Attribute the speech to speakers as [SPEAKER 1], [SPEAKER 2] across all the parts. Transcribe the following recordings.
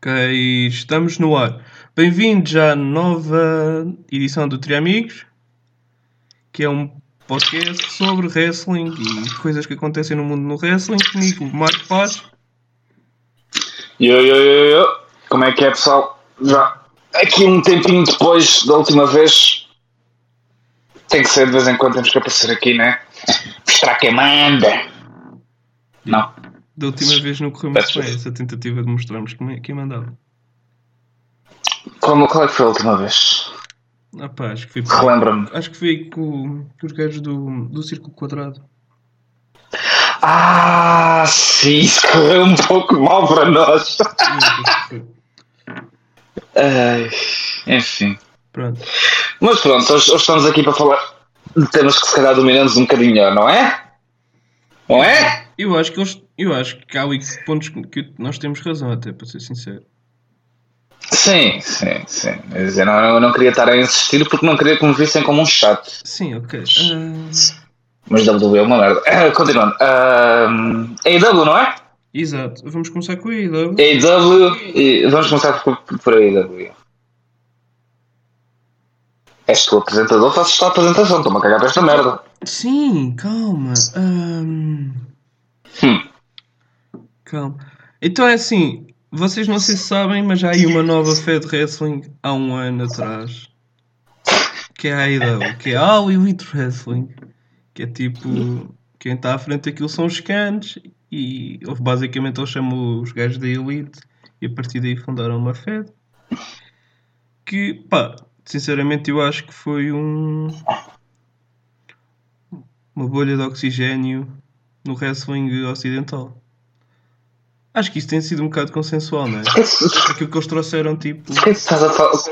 [SPEAKER 1] Ok, estamos no ar. Bem-vindos à nova edição do Triamigos, que é um podcast sobre wrestling e coisas que acontecem no mundo no wrestling. Comigo, Marco Paz.
[SPEAKER 2] Yo. Como é que é, pessoal? Já aqui um tempinho depois da última vez. Tem que ser, de vez em quando temos que aparecer aqui, né? Mostrar quem manda. Não.
[SPEAKER 1] Da última vez não correu muito bem essa tentativa de mostrarmos quem mandava.
[SPEAKER 2] Qual é que foi a última vez?
[SPEAKER 1] Pá, acho que foi
[SPEAKER 2] Relembra-me.
[SPEAKER 1] Acho que foi com os gajos do Círculo Quadrado.
[SPEAKER 2] Sim, isso correu um pouco mal para nós. Enfim.
[SPEAKER 1] Pronto.
[SPEAKER 2] Mas pronto, hoje estamos aqui para falar de temas que se calhar dominamos um bocadinho melhor, não é? Não é?
[SPEAKER 1] Eu acho que há ali pontos que nós temos razão, até, para ser sincero.
[SPEAKER 2] Sim. Eu não queria estar a insistir porque não queria que me vissem como um chato.
[SPEAKER 1] Sim, ok.
[SPEAKER 2] Mas WWE é uma merda. Continuando. AEW, não é?
[SPEAKER 1] Exato. Vamos começar com a AEW.
[SPEAKER 2] Vamos começar por AEW. És tu o apresentador, faço esta apresentação. Estou-me a cagar para esta merda.
[SPEAKER 1] Sim, calma. Calma. Então é assim, vocês não sei se sabem, mas há aí uma nova Fed Wrestling há um ano atrás. Que é a AEW, que é a All Elite Wrestling. Que é tipo, quem está à frente daquilo são os scans. E basicamente eles chamam os gajos da Elite. E a partir daí fundaram uma Fed. Que, pá, sinceramente eu acho que foi uma bolha de oxigênio no wrestling ocidental. Acho que isso tem sido um bocado consensual, não é? Aquilo que eles trouxeram, tipo...
[SPEAKER 2] Porquê que estás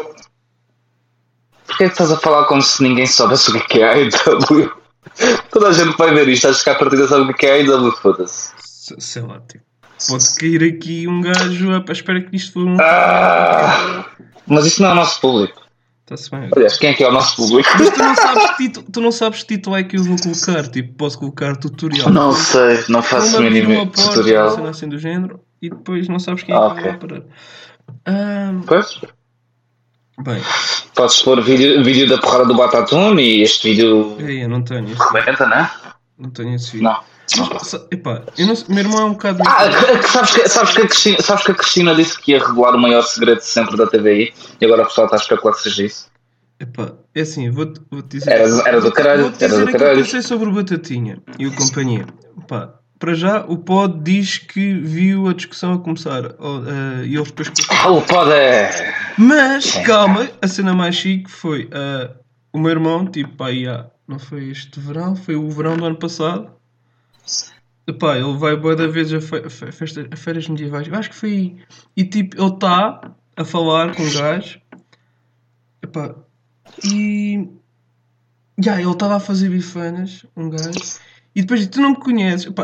[SPEAKER 2] a falar como se ninguém soubesse o que é a AEW? Toda a gente vai ver isto, acho que a partida sabe o que é a AEW, foda-se.
[SPEAKER 1] Sei lá, tipo... Pode cair aqui um gajo à espera que isto for um...
[SPEAKER 2] Mas isso não é o nosso público.
[SPEAKER 1] Está-se bem.
[SPEAKER 2] Aliás, quem é que é o nosso público?
[SPEAKER 1] Mas tu não sabes que título é que eu vou colocar. Tipo, posso colocar tutorial.
[SPEAKER 2] Não sei, não faço o mínimo tutorial.
[SPEAKER 1] Uma assim do género, e depois não sabes quem é que vai parar.
[SPEAKER 2] Pois?
[SPEAKER 1] Bem.
[SPEAKER 2] Podes pôr vídeo da porrada do Batatune e este vídeo...
[SPEAKER 1] Eu não tenho esse
[SPEAKER 2] vídeo. Comenta, né?
[SPEAKER 1] Não tenho esse vídeo.
[SPEAKER 2] Não.
[SPEAKER 1] Epá, meu irmão é um bocado...
[SPEAKER 2] Sabes que a Cristina disse que ia revelar o maior segredo sempre da TVI e agora o pessoal está a especular que seja isso?
[SPEAKER 1] Epá, é assim, vou-te dizer...
[SPEAKER 2] Era do caralho.
[SPEAKER 1] Vou-te dizer aquilo que eu sei sobre o Batatinha e o companhia. Epá, para já, o Pod diz que viu a discussão a começar e eles depois...
[SPEAKER 2] O Pod é...
[SPEAKER 1] Mas, calma, a cena mais chique foi o meu irmão, tipo, não foi este verão, foi o verão do ano passado. Epá, ele vai boa da vez a feiras medievais. Eu acho que foi... E tipo, ele está a falar com um gajo. Epá, e... ele estava a fazer bifanas, um gajo. E depois tu não me conheces. Epá,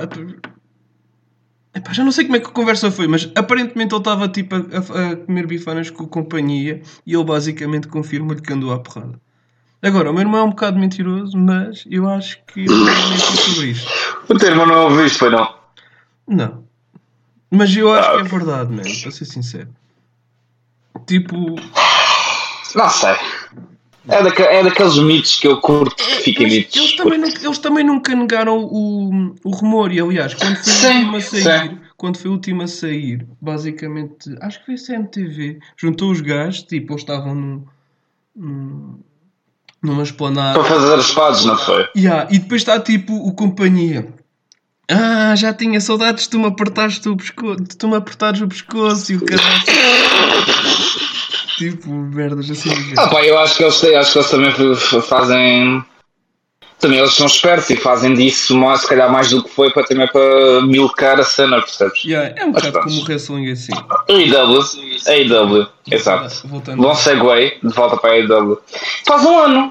[SPEAKER 1] já não sei como é que a conversa foi, mas aparentemente ele estava tipo a comer bifanas com a companhia. E ele basicamente confirma-lhe que andou à porrada. Agora, o meu irmão é um bocado mentiroso, mas eu acho que ele não é sobre isto.
[SPEAKER 2] O teu irmão não ouviu isto, foi não?
[SPEAKER 1] Não. Mas eu acho que é verdade mesmo, para ser sincero. Tipo...
[SPEAKER 2] Não sei. É daqueles mitos que eu curto que fiquem mitos.
[SPEAKER 1] Eles também nunca negaram o rumor. E aliás, quando foi o último a sair, basicamente, acho que foi a CMTV, juntou os gajos, tipo, eles estavam numa esplanada.
[SPEAKER 2] Para fazer as pazes, não foi?
[SPEAKER 1] E depois está tipo o companhia. Já tinha saudades de tu me apertares o pescoço e o caralho. Tipo, merdas assim.
[SPEAKER 2] Eu acho que eles também fazem. Também eles são espertos e fazem disso se calhar mais do que foi para milcar a cena, percebes?
[SPEAKER 1] É um bocado como o wrestling assim.
[SPEAKER 2] AEW, exato. Bom segue, de volta para a AEW. Faz um ano.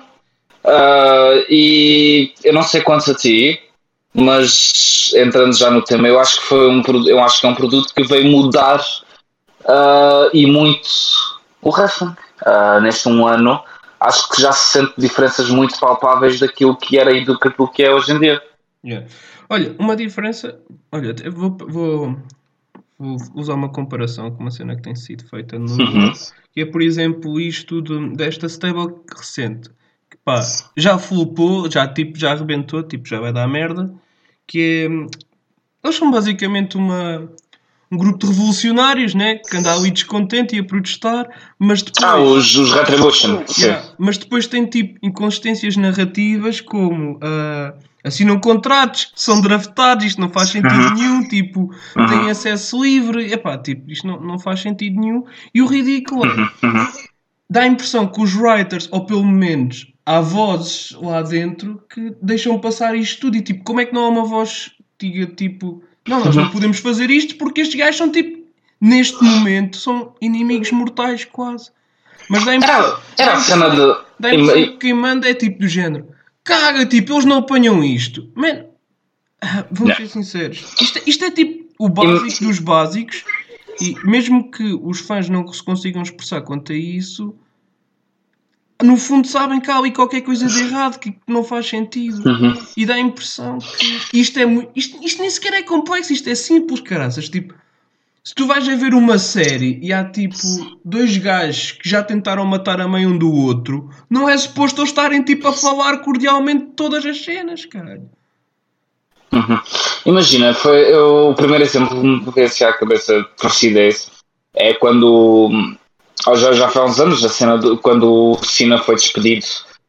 [SPEAKER 2] E eu não sei quantos a ti, mas entrando já no tema, eu acho que é um produto que veio mudar e muito o wrestling. Neste um ano, acho que já se sente diferenças muito palpáveis daquilo que era e daquilo que é hoje em dia.
[SPEAKER 1] Olha, uma diferença. Olha, eu vou vou usar uma comparação com uma cena que tem sido feita no que é, por exemplo, isto desta stable recente, que pá, já flopou, já arrebentou, tipo, já vai dar merda, que é, eles são basicamente um grupo de revolucionários, né, que anda ali descontente e a protestar, mas depois...
[SPEAKER 2] os Retribution, sim.
[SPEAKER 1] Mas depois tem tipo inconsistências narrativas como assinam contratos, são draftados, isto não faz sentido nenhum, tipo, têm acesso livre, epá, tipo, isto não faz sentido nenhum. E o ridículo é, dá a impressão que os writers, ou pelo menos há vozes lá dentro que deixam passar isto tudo, e tipo, como é que não há uma voz que diga tipo, não, nós não podemos fazer isto porque estes gajos são tipo, neste momento, são inimigos mortais quase. Mas dá a impressão,
[SPEAKER 2] Era a cena
[SPEAKER 1] dá a impressão que quem manda é tipo do género, caga, tipo, eles não apanham isto. Man, vamos ser sinceros, isto é tipo o básico dos básicos, e mesmo que os fãs não se consigam expressar quanto a isso, no fundo sabem que há ali qualquer coisa de errado, que não faz sentido. E dá a impressão que isto é muito. Isto nem sequer é complexo, isto é simples, caraças. Tipo, se tu vais a ver uma série e há tipo dois gajos que já tentaram matar a mãe um do outro, não é suposto eles estarem tipo a falar cordialmente de todas as cenas, caralho.
[SPEAKER 2] Imagina, o primeiro exemplo que me veio assim à cabeça parecido é esse. É quando já foi há uns anos a cena quando o Cena foi despedido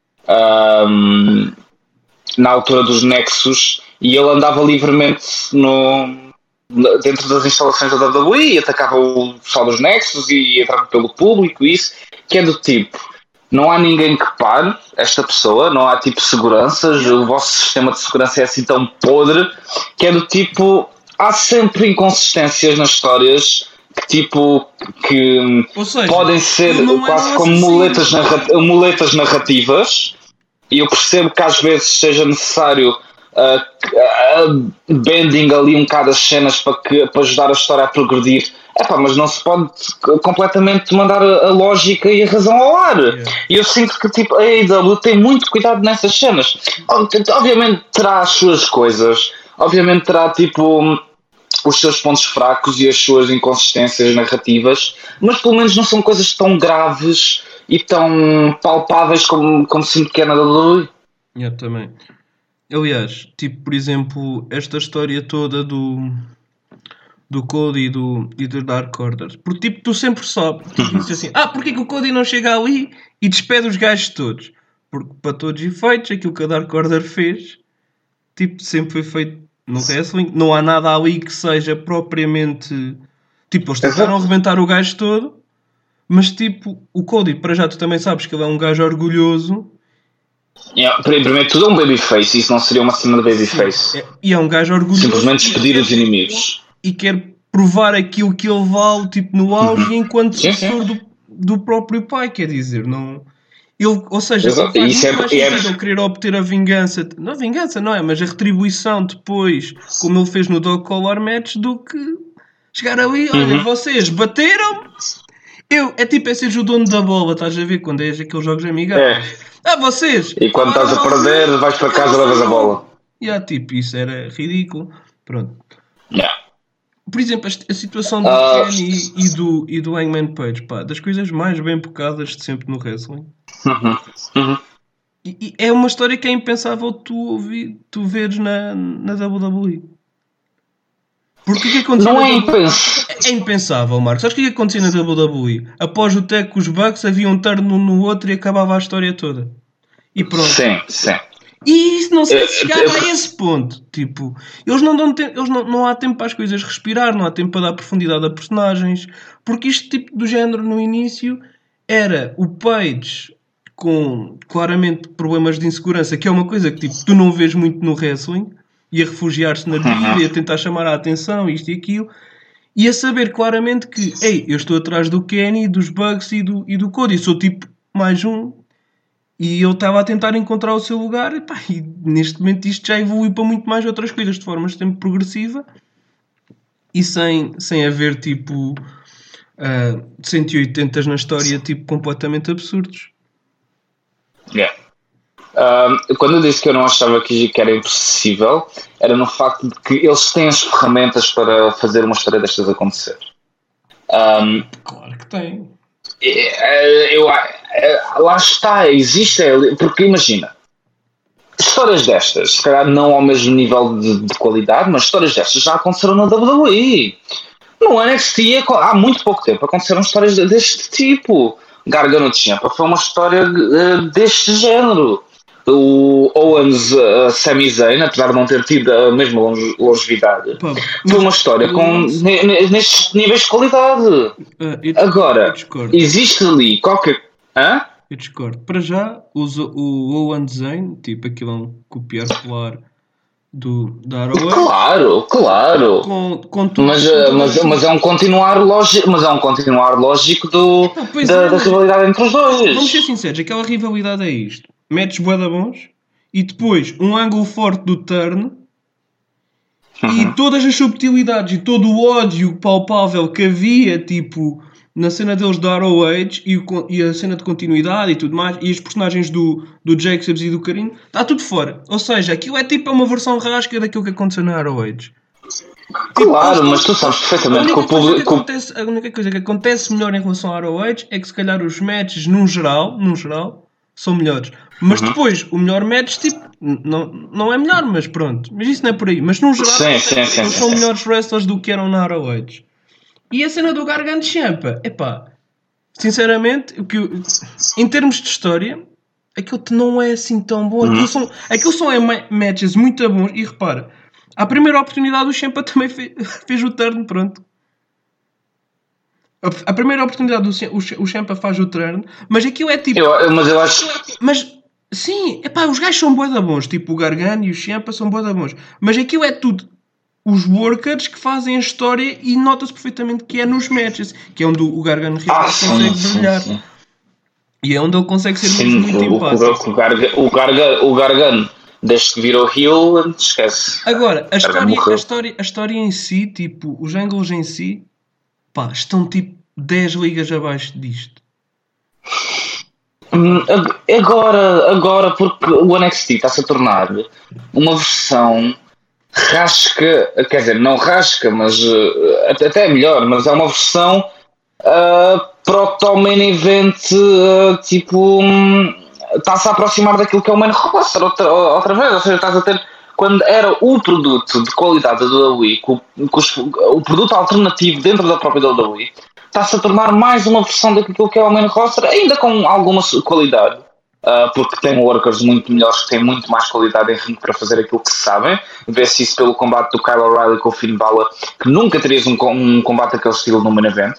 [SPEAKER 2] na altura dos Nexus e ele andava livremente dentro das instalações da WWE e atacava o pessoal dos Nexus e entrava pelo público e isso, que é do tipo, não há ninguém que pare esta pessoa, não há tipo seguranças, o vosso sistema de segurança é assim tão podre, que é do tipo, há sempre inconsistências nas histórias que
[SPEAKER 1] seja,
[SPEAKER 2] podem ser quase como muletas narrativas, e eu percebo que às vezes seja necessário bending ali um bocado as cenas para ajudar a história a progredir. Mas não se pode completamente mandar a lógica e a razão ao ar. E eu sinto que tipo, a AEW tem muito cuidado nessas cenas. Obviamente terá as suas coisas, obviamente terá tipo os seus pontos fracos e as suas inconsistências narrativas, mas pelo menos não são coisas tão graves e tão palpáveis como sinto que é na WWE.
[SPEAKER 1] Eu também. Aliás, tipo, por exemplo, esta história toda do Cody e do Dark Order. Porque tipo, tu sempre sabes, dizes assim, porque que o Cody não chega ali e despede os gajos todos? Porque para todos os efeitos, aquilo que a Dark Order fez, tipo, sempre foi feito no wrestling. Não há nada ali que seja propriamente... Tipo, eles tentaram arrebentar o gajo todo, mas tipo, o Cody, para já tu também sabes que ele é um gajo orgulhoso.
[SPEAKER 2] Primeiro tudo é um babyface, isso não seria uma cena de babyface.
[SPEAKER 1] E é um gajo orgulhoso.
[SPEAKER 2] Simplesmente despedir os inimigos.
[SPEAKER 1] E quer provar aquilo que ele vale, tipo, no auge, enquanto sucessor do próprio pai, quer dizer, não... Ele, ou seja, faz muito mais sentido ele querer obter a vingança, não a vingança, não é, mas a retribuição depois, como ele fez no Dog Collar Match, do que chegar ali, olha, vocês bateram-me, é tipo seres o dono da bola, estás a ver, quando é aqueles jogos amigáveis. Vocês!
[SPEAKER 2] E quando estás a perder, vais para casa e levas a bola.
[SPEAKER 1] Tipo, isso era ridículo. Pronto.
[SPEAKER 2] Yeah.
[SPEAKER 1] Por exemplo, a situação do Kenny e do Hangman Page, pá, das coisas mais bem bocadas de sempre no wrestling. E é uma história que é impensável tu veres na WWE. Porque o que aconteceu
[SPEAKER 2] não
[SPEAKER 1] é impensável, Marcos. Sabes o que acontecia na WWE? Após o tag com os Bucks havia um turno no outro e acabava a história toda. E pronto.
[SPEAKER 2] Sim.
[SPEAKER 1] E isso não se chegava a esse ponto. Tipo, eles não há tempo para as coisas respirar, não há tempo para dar profundidade a personagens. Porque isto tipo do género no início era o Page com claramente problemas de insegurança, que é uma coisa que tipo, tu não vês muito no wrestling, e a refugiar-se na vida e a tentar chamar a atenção, isto e aquilo, e a saber claramente que, eu estou atrás do Kenny, dos Bucks e do Cody, sou tipo mais um. E eu estava a tentar encontrar o seu lugar e neste momento isto já evoluiu para muito mais outras coisas de forma sempre progressiva e sem haver tipo 180 na história tipo completamente absurdos.
[SPEAKER 2] Quando eu disse que eu não achava que era impossível, era no facto de que eles têm as ferramentas para fazer uma história destas acontecer.
[SPEAKER 1] Claro que tem.
[SPEAKER 2] Lá está, existe, porque imagina, histórias destas, se calhar não ao mesmo nível de qualidade, mas histórias destas já aconteceram na WWE. No NXT, há muito pouco tempo, aconteceram histórias deste tipo. Gargano Ciampa foi uma história deste género. O Owens Sami Zayn, apesar de não ter tido a mesma longevidade, foi uma história nestes níveis de qualidade. Agora, existe ali qualquer...
[SPEAKER 1] Eu discordo. Para já, o Owen Zayn, tipo, aquilo é um copiar-colar da ROH.
[SPEAKER 2] Claro.
[SPEAKER 1] Com tudo,
[SPEAKER 2] mas é um continuar lógico, da rivalidade entre os dois.
[SPEAKER 1] Vamos ser sinceros, aquela rivalidade é isto. Metes bué da bons e depois um ângulo forte do turn e todas as subtilidades e todo o ódio palpável que havia, tipo, na cena deles da ROH e a cena de continuidade e tudo mais, e os personagens do Jacobs e do Karim, está tudo fora. Ou seja, aquilo é tipo uma versão rasca daquilo que aconteceu na ROH.
[SPEAKER 2] Claro, mas tu sabes perfeitamente que o público...
[SPEAKER 1] A única coisa que acontece melhor em relação à ROH é que se calhar os matches, num geral, são melhores. Mas depois, o melhor match, tipo, não é melhor, mas pronto. Mas isso não é por aí. Mas num geral, eles são melhores wrestlers do que eram na ROH. E a cena do Gargano Ciampa, epá, sinceramente, em termos de história, aquilo não é assim tão bom. Aquilo são matches muito bons. E repara, à primeira oportunidade o Ciampa também fez o turn, pronto. A primeira oportunidade o Ciampa faz o turn, mas aquilo é tipo...
[SPEAKER 2] Mas eu acho...
[SPEAKER 1] Mas, sim, epá, os gajos são bué da bons. Tipo, o Gargano e o Ciampa são bué da bons. Mas aquilo é tudo os workers que fazem a história e nota-se perfeitamente que é nos matches. Que é onde o Gargano consegue brilhar. Sim. E é onde ele consegue ser muito empático.
[SPEAKER 2] O Gargano, desde que virou heel, esquece.
[SPEAKER 1] Agora, a história em si, tipo, os ângulos em si, pá, estão tipo 10 ligas abaixo disto.
[SPEAKER 2] Agora porque o NXT está-se a tornar uma versão rasca, quer dizer, não rasca, mas até é melhor, mas é uma versão proto-main event, tipo, está-se a aproximar daquilo que é o main roster outra vez, ou seja, estás a ter, quando era o produto de qualidade da WWE, o produto alternativo dentro da própria WWE, está-se a tornar mais uma versão daquilo que é o main roster, ainda com alguma qualidade. Porque tem workers muito melhores que têm muito mais qualidade em ringue para fazer aquilo que sabem. Vê-se isso pelo combate do Kyle O'Reilly com o Finn Balor, que nunca terias um combate daquele estilo no main event.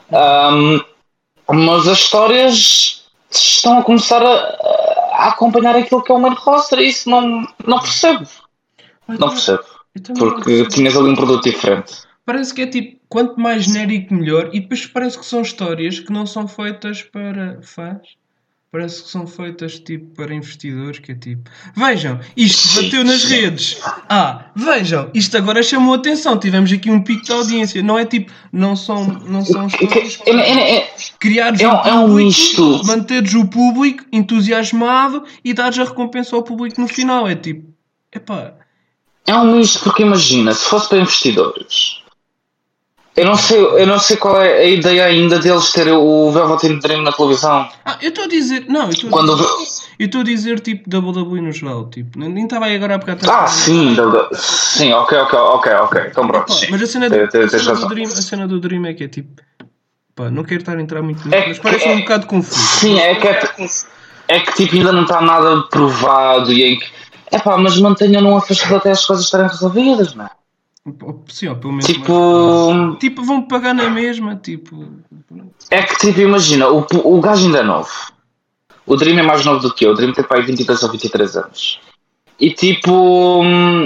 [SPEAKER 2] Mas as histórias estão a começar a acompanhar aquilo que é o main roster e isso não percebo. Não percebo. Porque tinhas ali um produto diferente.
[SPEAKER 1] Parece que é tipo, quanto mais genérico melhor, e depois parece que são histórias que não são feitas para fãs. Parece que são feitas tipo para investidores, que é tipo, vejam, isto bateu nas redes. Vejam, isto agora chamou a atenção. Tivemos aqui um pico de audiência. Não é tipo, não são histórias criados
[SPEAKER 2] um misto.
[SPEAKER 1] Manteres o público entusiasmado e dares a recompensa ao público no final. É tipo, epá.
[SPEAKER 2] É um misto, porque imagina, se fosse para investidores, eu não sei qual é a ideia ainda deles terem o Velveteen Dream na televisão.
[SPEAKER 1] Eu estou a dizer, eu estou a dizer tipo WWE no geral, tipo, nem estava aí agora a pegar
[SPEAKER 2] sim, ok, então pronto, sim.
[SPEAKER 1] Mas a cena do Dream é que é tipo, pá, não quero estar a entrar muito nisso, mas parece um bocado confuso.
[SPEAKER 2] Sim, é que tipo, ainda não está nada provado e em que, mas mantenham-no afastado até as coisas estarem resolvidas, não é?
[SPEAKER 1] Sim, ou pelo menos tipo, vão pagar na mesma, tipo...
[SPEAKER 2] É que, tipo, imagina, o gajo ainda é novo. O Dream é mais novo do que eu. O Dream tem para aí 22 ou 23 anos. E, tipo...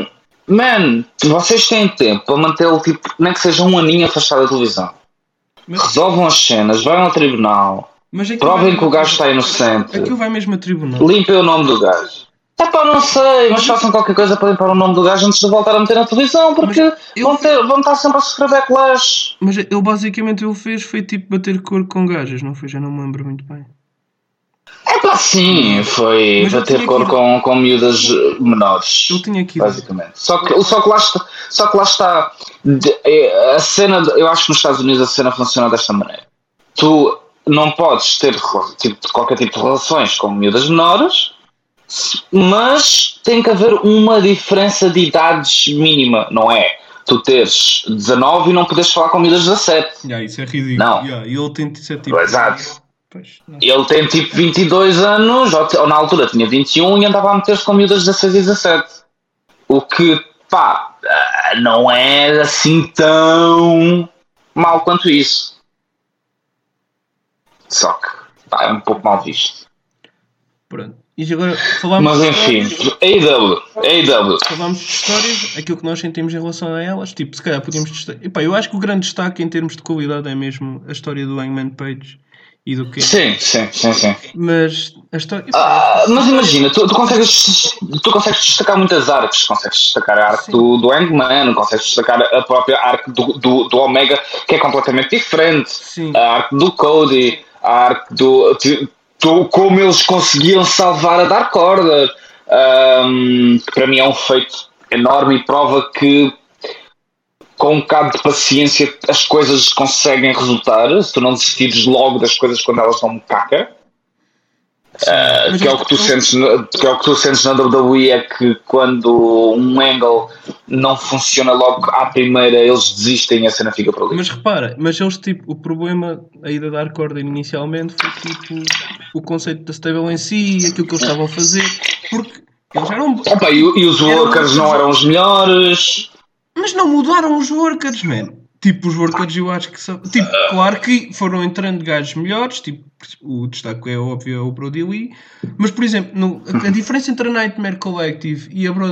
[SPEAKER 2] vocês têm tempo para mantê-lo, tipo, nem que seja um aninho afastado da televisão. Resolvam as cenas, vão ao tribunal, provem que o gajo está inocente.
[SPEAKER 1] Aquilo vai mesmo a tribunal.
[SPEAKER 2] Limpem o nome do gajo. Não sei, mas façam qualquer coisa para limpar o nome do gajo antes de voltar a meter na televisão, porque vão estar sempre a sofrer backlash.
[SPEAKER 1] Mas ele basicamente fez foi tipo bater cor com gajas, não foi? Já não me lembro muito bem.
[SPEAKER 2] Epá, sim, foi
[SPEAKER 1] Mas eu
[SPEAKER 2] bater
[SPEAKER 1] tinha
[SPEAKER 2] cor
[SPEAKER 1] que-
[SPEAKER 2] com miúdas menores.
[SPEAKER 1] Eu tinha aqui.
[SPEAKER 2] Basicamente. Só que lá está. A cena, eu acho que nos Estados Unidos a cena funciona desta maneira. Tu não podes ter qualquer tipo de relações com miúdas menores, mas tem que haver uma diferença de idades mínima, não é? Tu teres 19 e não poderes falar com miúdas 17.
[SPEAKER 1] Isso é ridículo.
[SPEAKER 2] Não.
[SPEAKER 1] E ele tem de ser tipo.
[SPEAKER 2] Exato.
[SPEAKER 1] Pois, não.
[SPEAKER 2] Ele tem tipo 22 anos, ou na altura tinha 21 e andava a meter-se com miúdas 16 e 17. O que, pá, não é assim tão mal quanto isso. Só que, pá, é um pouco mal visto.
[SPEAKER 1] Pronto. E agora falámos
[SPEAKER 2] Mas
[SPEAKER 1] de
[SPEAKER 2] enfim,
[SPEAKER 1] histórias,
[SPEAKER 2] AEW.
[SPEAKER 1] falámos de histórias, aquilo que nós sentimos em relação a elas, tipo, se calhar podíamos destacar. Epá, eu acho que o grande destaque em termos de qualidade é mesmo a história do Hangman Page e do Ken.
[SPEAKER 2] Sim.
[SPEAKER 1] Mas a história.
[SPEAKER 2] Mas imagina, tu consegues destacar muitas artes. Consegues destacar a arte do Hangman, consegues destacar a própria arte do Omega, que é completamente diferente.
[SPEAKER 1] Sim.
[SPEAKER 2] A arte do Cody, a arte do como eles conseguiam salvar a Dark Order, que para mim é um feito enorme e prova que com um bocado de paciência as coisas conseguem resultar, se tu não desistires logo das coisas quando elas dão caca. Que é o que tu sentes na WWE, é que quando um angle não funciona logo à primeira, eles desistem e a cena fica por ali.
[SPEAKER 1] Mas repara, eles tipo, o problema aí da Dark Order inicialmente foi tipo o conceito da stable em si, aquilo que eles estavam a fazer, porque eles eram.
[SPEAKER 2] Opa, e os workers não eram os melhores.
[SPEAKER 1] Mas não mudaram os workers, man. Tipo, os workers eu acho que são. Tipo, claro que foram entrando gajos melhores. Tipo, o destaque é óbvio, é o Brody Lee. Mas, por exemplo, a diferença entre a Nightmare Collective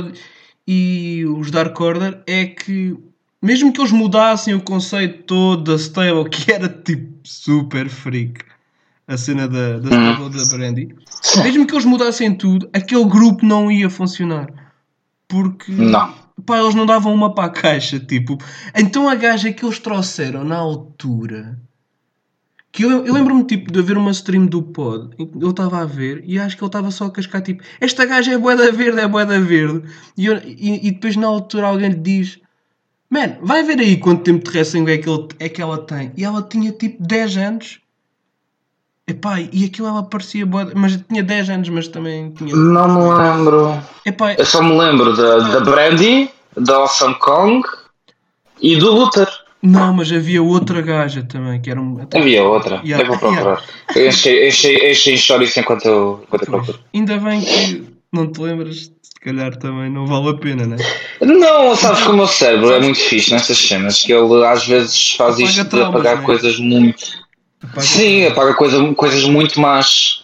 [SPEAKER 1] e os Dark Order é que, mesmo que eles mudassem o conceito todo da stable, que era tipo super freak, a cena da stable da Brandy, mesmo que eles mudassem tudo, aquele grupo não ia funcionar. Porque.
[SPEAKER 2] Não.
[SPEAKER 1] Pá, eles não davam uma para a caixa, tipo. Então a gaja que eles trouxeram na altura, que eu lembro-me tipo de haver uma stream do pod, em que eu estava a ver e acho que ele estava só a cascar tipo, esta gaja é bué da verde. E depois na altura alguém lhe diz, man, vai ver aí quanto tempo de wrestling é que ela tem. E ela tinha tipo 10 anos. Epá, e aquilo ela parecia bué, mas tinha 10 anos, mas também tinha.
[SPEAKER 2] Não me lembro.
[SPEAKER 1] Epá,
[SPEAKER 2] Eu só me lembro da Brandy, da Awesome Kong e do Luther.
[SPEAKER 1] não, mas havia outra gaja também, que era
[SPEAKER 2] Havia outra.
[SPEAKER 1] Yeah.
[SPEAKER 2] Eu vou procurar. Eu enchei histórias enquanto eu procuro.
[SPEAKER 1] Ainda bem que não te lembras, se calhar também não vale a pena, né?
[SPEAKER 2] Não, sabes que o meu cérebro é muito fixe nessas cenas, que ele às vezes faz
[SPEAKER 1] Apaga
[SPEAKER 2] isto de
[SPEAKER 1] traumas,
[SPEAKER 2] apagar
[SPEAKER 1] não é?
[SPEAKER 2] coisas muito. Sim, apaga coisas muito más.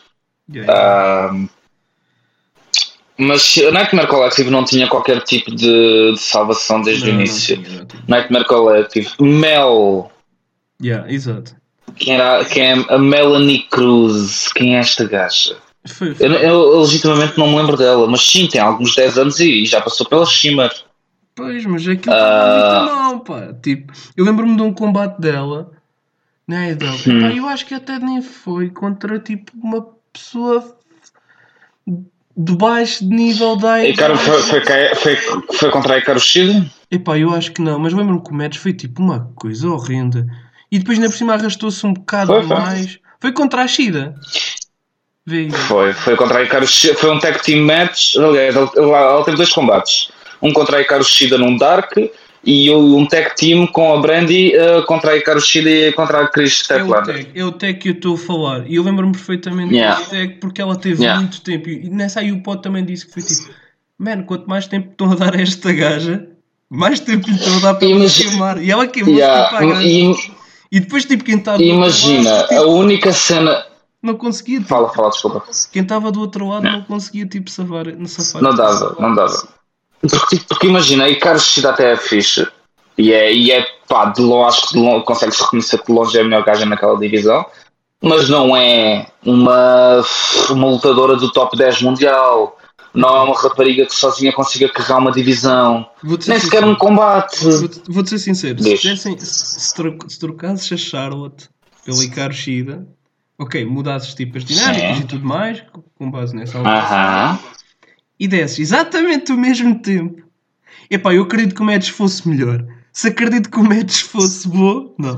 [SPEAKER 2] Mas a Nightmare Collective não tinha qualquer tipo de salvação desde o início.
[SPEAKER 1] Não tinha.
[SPEAKER 2] Nightmare Collective. Mel.
[SPEAKER 1] Exato.
[SPEAKER 2] Quem é a Melanie Cruz? Quem é esta gaja?
[SPEAKER 1] Foi.
[SPEAKER 2] Eu legitimamente não me lembro dela, mas sim, tem alguns 10 anos e já passou pela Shimmer.
[SPEAKER 1] Pois, mas aquilo estava muito mal, pá. Tipo, eu lembro-me de um combate dela, né? Pá, eu acho que até nem foi contra tipo uma pessoa de baixo de nível da.
[SPEAKER 2] E cara, foi contra a Hikaru Shida?
[SPEAKER 1] Epá, eu acho que não, mas lembro-me que o match foi tipo uma coisa horrenda. E depois ainda por cima arrastou-se um bocado mais. Foi contra a Shida.
[SPEAKER 2] Foi contra a Hikaru Shida. Foi um tag team match. Aliás, ela teve 2 combates. Um contra a Hikaru Shida num Dark e um tag team com a Brandy contra a Hikaru Shida e contra a Chris Statlander.
[SPEAKER 1] É o tag que eu estou a falar. E eu lembro-me perfeitamente desse tag porque ela teve muito tempo. E nessa aí o Pod também disse que foi tipo, man, quanto mais tempo estão a dar a esta gaja, mais tempo lhe estão a dar para ela queimar. E ela queimou-se tipo à gaja. E depois tipo quem está do
[SPEAKER 2] imagina,
[SPEAKER 1] outro lado,
[SPEAKER 2] a única cena.
[SPEAKER 1] Não conseguia. Tipo,
[SPEAKER 2] fala, desculpa.
[SPEAKER 1] Quem estava do outro lado não conseguia tipo safar.
[SPEAKER 2] Não dava. Porque imagina, a Hikaru Shida até é fixe. E é pá, de longe, acho que de longe, consegues reconhecer que de longe é a melhor gaja naquela divisão. Mas não é uma lutadora do top 10 mundial. Não é uma rapariga que sozinha consiga carregar uma divisão. Nem sequer um combate.
[SPEAKER 1] Vou-te ser sincero. Se trocasses a Charlotte pela Hikaru Shida, ok, mudasses tipo as dinâmicas
[SPEAKER 2] Sim.
[SPEAKER 1] e tudo mais, com base nessa alteração,
[SPEAKER 2] Aham.
[SPEAKER 1] e desses exatamente o mesmo tempo. Epá, eu acredito que o match fosse melhor. Se acredito que o match fosse bom, não.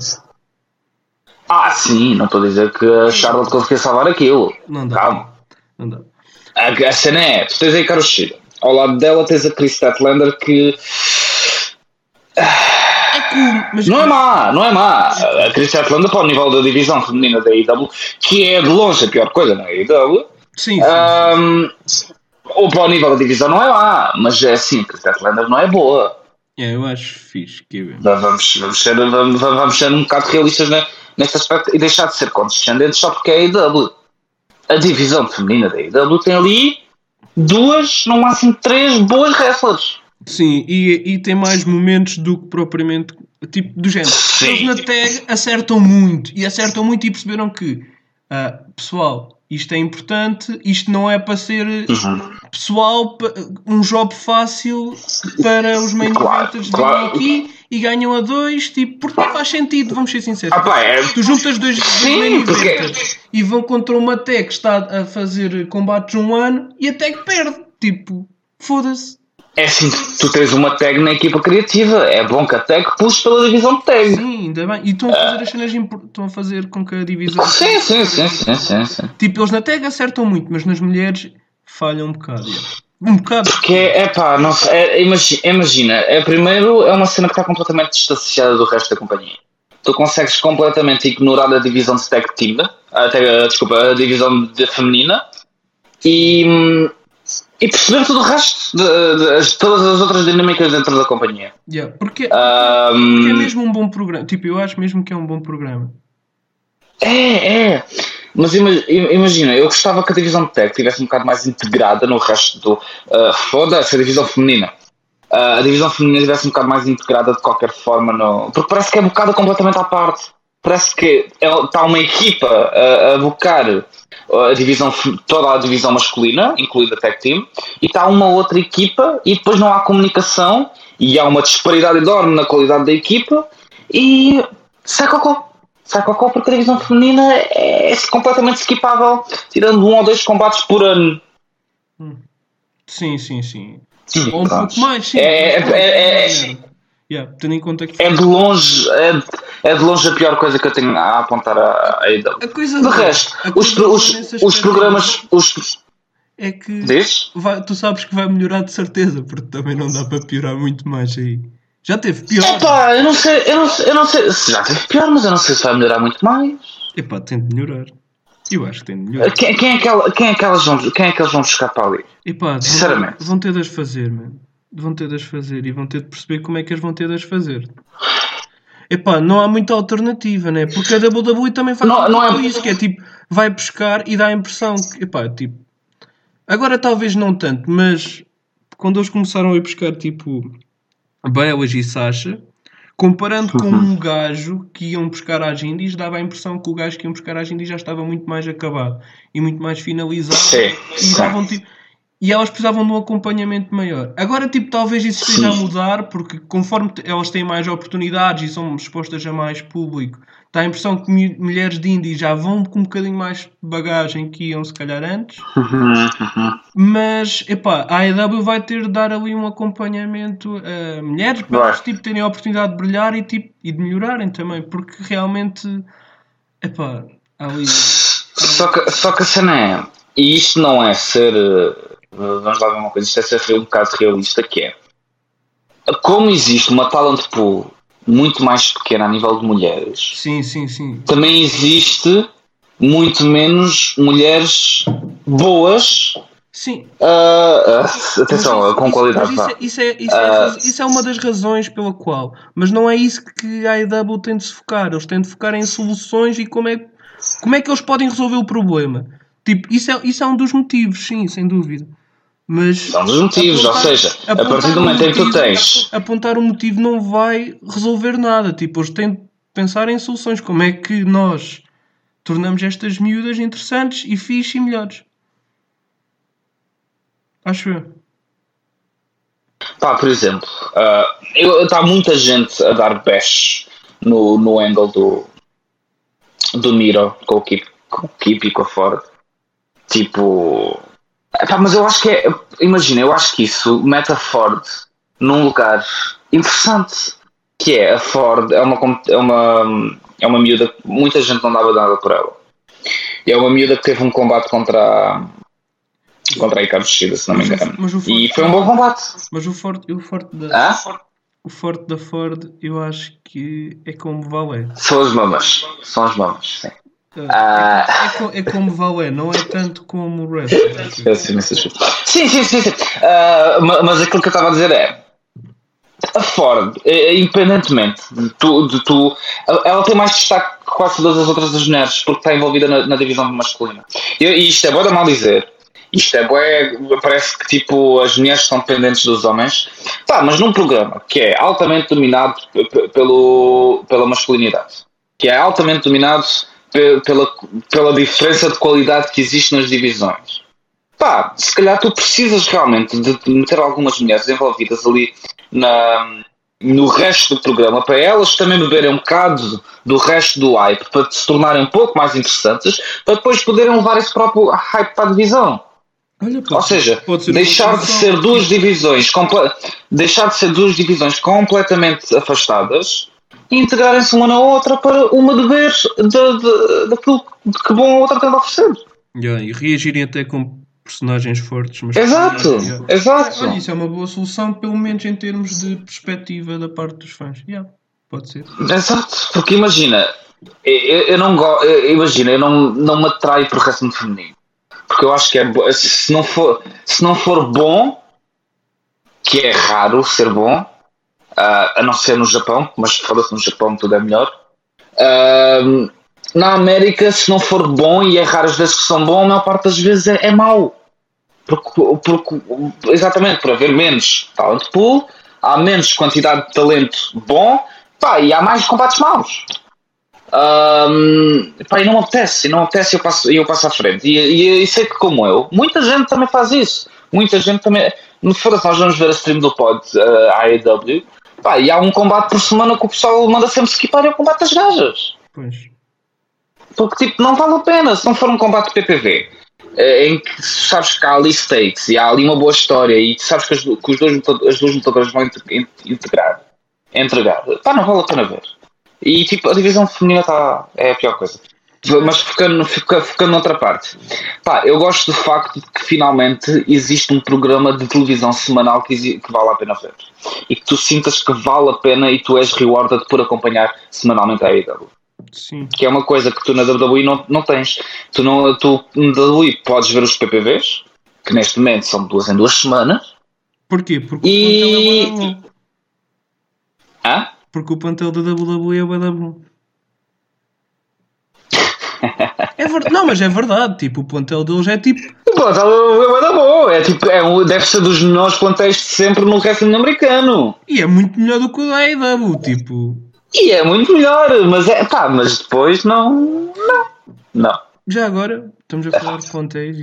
[SPEAKER 2] Sim, não estou a dizer que a Charlotte conseguia salvar aquilo.
[SPEAKER 1] Não dá.
[SPEAKER 2] Calma.
[SPEAKER 1] Não dá.
[SPEAKER 2] A cena é, tu tens aí Hikaru Shida. Ao lado dela tens a Chris Statlander que
[SPEAKER 1] É cool, mas...
[SPEAKER 2] não é má. A Chris Statlander para o nível da divisão feminina da AEW, que é de longe a pior coisa na AEW,
[SPEAKER 1] Sim.
[SPEAKER 2] ou para o nível da divisão não é má, mas é assim, a Chris Statlander não é boa.
[SPEAKER 1] Eu acho fixe.
[SPEAKER 2] Vamos ser um bocado realistas neste aspecto e deixar de ser condescendentes só porque é a AEW. A divisão feminina da AEW tem ali 2, no máximo 3 boas wrestlers.
[SPEAKER 1] Sim, e tem mais momentos do que propriamente tipo do género.
[SPEAKER 2] Sim.
[SPEAKER 1] Eles na tag acertam muito e perceberam que pessoal, isto é importante, isto não é para ser pessoal, um job fácil para os main eventers virem aqui e ganham a 2, tipo, porque não faz sentido, vamos ser sinceros. Tu juntas dois main eventers e vão contra uma tag que está a fazer combates um ano e a tag perde, tipo, foda-se.
[SPEAKER 2] É assim, tu tens uma tag na equipa criativa. É bom que a tag puxe pela divisão de tag.
[SPEAKER 1] Sim, ainda bem. E estão a fazer as cenas, estão a fazer com que a divisão...
[SPEAKER 2] Sim.
[SPEAKER 1] Tipo, eles na tag acertam muito, mas nas mulheres falham um bocado. Um bocado.
[SPEAKER 2] Porque, não sei, imagina, primeiro é uma cena que está completamente distanciada do resto da companhia. Tu consegues completamente ignorar a divisão de tag team, a divisão de feminina, e perceber todo o resto de todas as outras dinâmicas dentro da companhia.
[SPEAKER 1] Porque é mesmo um bom programa. Tipo, eu acho mesmo que é um bom programa.
[SPEAKER 2] Mas imagina, eu gostava que a divisão de tag estivesse um bocado mais integrada no resto do... foda-se, a divisão feminina. A divisão feminina estivesse um bocado mais integrada de qualquer forma. Porque parece que é bocada completamente à parte. Parece que está uma equipa a bocar toda a divisão masculina, incluindo a tag team, e está uma outra equipa e depois não há comunicação e há uma disparidade enorme na qualidade da equipa e sai cocó porque a divisão feminina é completamente skipável, tirando 1 ou 2 combates por ano.
[SPEAKER 1] Sim. Ou um pouco mais, sim. Tendo em conta que...
[SPEAKER 2] É de longe a pior coisa que eu tenho a apontar a AEW. De resto, os programas...
[SPEAKER 1] É que
[SPEAKER 2] Diz?
[SPEAKER 1] Tu sabes que vai melhorar de certeza, porque também não dá para piorar muito mais aí. Já teve pior.
[SPEAKER 2] Eu não sei se já teve pior, mas eu não sei se vai melhorar muito mais.
[SPEAKER 1] Tem de melhorar. Eu acho que tem de melhorar.
[SPEAKER 2] Quem é que eles vão buscar para ali? Sinceramente.
[SPEAKER 1] Vão ter de as fazer, mano. Vão ter de as fazer e vão ter de perceber como é que as vão ter de as fazer. Não há muita alternativa, né? Porque a WWE também faz isso, que é tipo, vai buscar e dá a impressão que, tipo, agora talvez não tanto, mas quando eles começaram a ir buscar, tipo, Bayley e Sasha, comparando com um gajo que iam buscar às indies, dava a impressão que o gajo que iam buscar às indies já estava muito mais acabado e muito mais finalizado. E elas precisavam de um acompanhamento maior. Agora, tipo, talvez isso esteja a mudar, porque conforme elas têm mais oportunidades e são expostas a mais público, dá a impressão que mulheres de indie já vão com um bocadinho mais bagagem que iam, se calhar, antes. Mas, a AEW vai ter de dar ali um acompanhamento a mulheres para elas, tipo, terem a oportunidade de brilhar e de melhorarem também, porque realmente, ali...
[SPEAKER 2] Só que a cena é... E isto não é ser... Vamos lá ver uma coisa, isto é ser um bocado realista, que é como existe uma talent pool muito mais pequena a nível de mulheres,
[SPEAKER 1] sim.
[SPEAKER 2] também existe muito menos mulheres boas.
[SPEAKER 1] Sim.
[SPEAKER 2] Atenção, com qualidade.
[SPEAKER 1] Isso é uma das razões pela qual, mas não é isso que a AEW tem de se focar. Eles têm de focar em soluções e como é que eles podem resolver o problema. Tipo, isso é um dos motivos, sim, sem dúvida. Mas
[SPEAKER 2] são dos motivos, ou seja, a partir do momento em que tu tens...
[SPEAKER 1] Apontar um motivo não vai resolver nada. Tipo, eles têm de pensar em soluções. Como é que nós tornamos estas miúdas interessantes e fixe e melhores? Acho eu.
[SPEAKER 2] Por exemplo, está muita gente a dar bash no angle do Miro com o Keith com o Keep e com a Ford. Tipo. Mas eu acho que é. Imagina, eu acho que isso mete a Ford num lugar interessante. Que é a Ford, é uma miúda que muita gente não dava nada por ela. E é uma miúda que teve um combate contra a Ricardo Chida, se não me engano. E foi um bom combate.
[SPEAKER 1] Mas o forte da Ford, eu acho que é como Valé.
[SPEAKER 2] São as mamas, sim.
[SPEAKER 1] É como Valé, não é tanto como o wrestling.
[SPEAKER 2] Sim. Mas aquilo que eu estava a dizer é a Ford, independentemente de tu, ela tem mais destaque que quase todas as outras das mulheres porque está envolvida na divisão masculina. E isto é bué de mal dizer. Isto é bué, parece que tipo as mulheres estão dependentes dos homens. Mas num programa que é altamente dominado pela masculinidade, que é altamente dominado pela diferença de qualidade que existe nas divisões. Se calhar tu precisas realmente de meter algumas mulheres envolvidas ali no resto do programa para elas também beberem um bocado do resto do hype, para se tornarem um pouco mais interessantes, para depois poderem levar esse próprio hype para a divisão. Ou seja, deixar de ser duas divisões completamente afastadas e integrarem-se uma na outra para uma beber daquilo que bom a outra tem de oferecer.
[SPEAKER 1] E reagirem até com personagens fortes. Mas
[SPEAKER 2] exato.
[SPEAKER 1] Olha, isso é uma boa solução, pelo menos em termos de perspectiva da parte dos fãs. Pode ser.
[SPEAKER 2] Exato, porque imagina, eu não me atraio por wrestling feminino. Porque eu acho que se não for bom, que é raro ser bom, a não ser no Japão, mas fala-se no Japão tudo é melhor. Na América, se não for bom, e é raro as vezes que são bons, a maior parte das vezes é mau. Exatamente, por haver menos talent pool, há menos quantidade de talento bom, e há mais combates maus. E não me apetece, eu passo à frente. E sei que, como eu, muita gente também faz isso. Muita gente também. No foda-se, nós vamos ver a stream do pod, a AEW, e há um combate por semana que o pessoal manda sempre skipar, é o combate das gajas.
[SPEAKER 1] Pois.
[SPEAKER 2] Porque não vale a pena. Se não for um combate PPV em que sabes que há ali stakes e há ali uma boa história e sabes que as duas lutadoras vão entregar, não vale a pena ver. E a divisão feminina é a pior coisa. Mas focando noutra parte, eu gosto do facto de que finalmente existe um programa de televisão semanal que vale a pena ver e que tu sintas que vale a pena e tu és rewarded por acompanhar semanalmente a AEW.
[SPEAKER 1] Sim.
[SPEAKER 2] Que é uma coisa que tu na WWE não tens. Tu na WWE podes ver os PPVs, que neste momento são 2 em 2 semanas.
[SPEAKER 1] Porquê? Porque
[SPEAKER 2] Porque
[SPEAKER 1] o plantel da WWE é bué bom. É verdade. Não, mas é verdade. Tipo, o plantel deles é tipo...
[SPEAKER 2] O plantel é bom. Deve ser dos melhores plantéis de sempre no wrestling americano.
[SPEAKER 1] E é muito melhor do que o da AEW, tipo...
[SPEAKER 2] E é muito melhor, mas mas depois não.
[SPEAKER 1] Já agora, estamos a falar de plantéis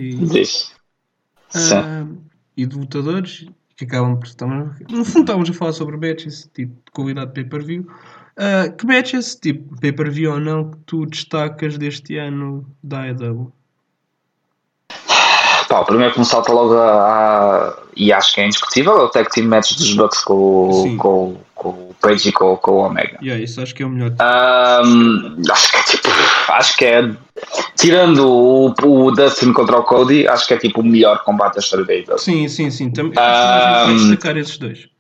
[SPEAKER 1] e de lutadores, que acabam por... No fundo estávamos a falar sobre matches, tipo, de qualidade de pay-per-view. Que matches, tipo, pay-per-view ou não, que tu destacas deste ano da AEW?
[SPEAKER 2] O primeiro que me salta logo e acho que é indiscutível é o tag team match dos Bucks com o Page e com o Omega.
[SPEAKER 1] Isso acho que é o melhor.
[SPEAKER 2] Acho que é tirando o Dustin contra o Cody, acho que é tipo o melhor combate da história da AEW.
[SPEAKER 1] Sim. Também vai destacar esses dois.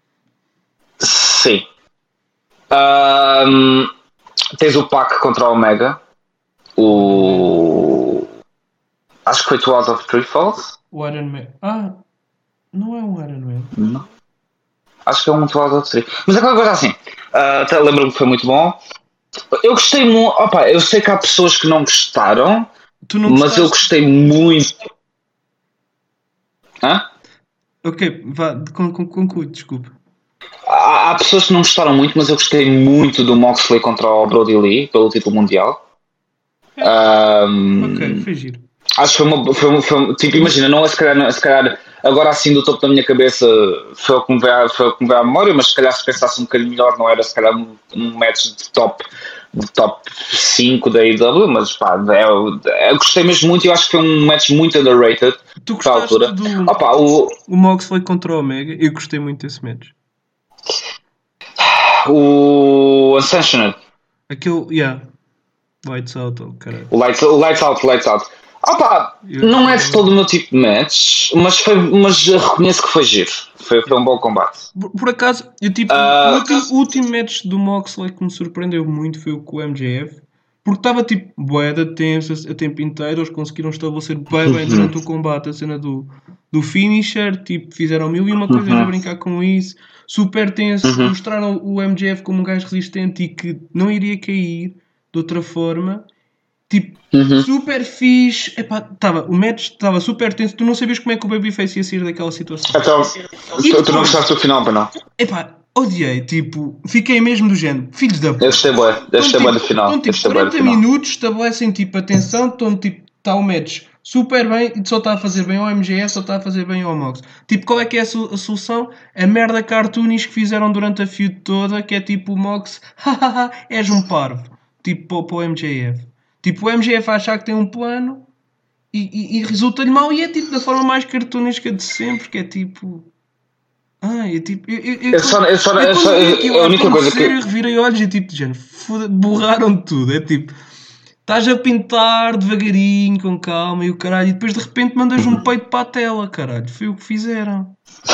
[SPEAKER 2] Sim. Tens o Pac contra o Omega. Acho que foi 2 Out of 3 Falls.
[SPEAKER 1] O Iron Man. Não é um Iron Man.
[SPEAKER 2] Não. Acho que é um 2 Out of 3. Mas é aquela coisa assim. Até lembro-me que foi muito bom. Eu gostei muito. Eu sei que há pessoas que não gostaram. Mas eu gostei muito.
[SPEAKER 1] Ok, vá, conclui, desculpa.
[SPEAKER 2] Há pessoas que não gostaram muito, mas eu gostei muito do Moxley contra o Brody Lee pelo título mundial.
[SPEAKER 1] Ok, foi giro.
[SPEAKER 2] Acho que foi tipo, imagina, não é se calhar agora assim do topo da minha cabeça foi o que me veio à memória, mas se calhar se pensasse um bocadinho melhor não era se calhar um match de top de top 5 da AEW, mas pá, eu gostei mesmo muito e eu acho que foi um match muito underrated.
[SPEAKER 1] Tu gostaste o Moxley contra o Omega? Eu gostei muito desse match.
[SPEAKER 2] O Ascension.
[SPEAKER 1] Aquele, Lights Out, caralho.
[SPEAKER 2] O Lights Out. Não é de todo o meu tipo de match, mas reconheço que foi giro. Foi um bom combate.
[SPEAKER 1] Por acaso, o último match do Moxley que me surpreendeu muito foi o com o MJF. Porque estava tipo bué tenso a tempo inteiro. Eles conseguiram estabelecer bem durante o combate a cena do finisher. Tipo, fizeram mil e uma coisas a brincar com isso. Super tenso. Mostraram o MJF como um gajo resistente e que não iria cair de outra forma. Tipo, super fixe. O match estava super tenso. Tu não sabias como é que o Babyface ia sair daquela situação.
[SPEAKER 2] Então, tu não gostaste do final, para não?
[SPEAKER 1] Odiei, tipo, fiquei mesmo do género, filhos da puta.
[SPEAKER 2] Deve ser bué do final.
[SPEAKER 1] Então, tipo, 40 minutos estabelecem, tipo, atenção, então, tipo, está o match super bem e só está a fazer bem ao MJF, só está a fazer bem ao Mox. Tipo, qual é que é a solução? A merda cartoonish que fizeram durante a feud toda, que é tipo o Mox, hahaha, és um parvo. Tipo, para o MJF. Tipo, o MJF a achar que tem um plano e resulta-lhe mal e é tipo da forma mais cartunesca de sempre, que é tipo...
[SPEAKER 2] a única coisa que
[SPEAKER 1] eu revirei olhos e tipo, de género, borraram tudo. É tipo, estás a pintar devagarinho, com calma e o caralho, e depois de repente mandas um peito para a tela, caralho. Foi o que fizeram.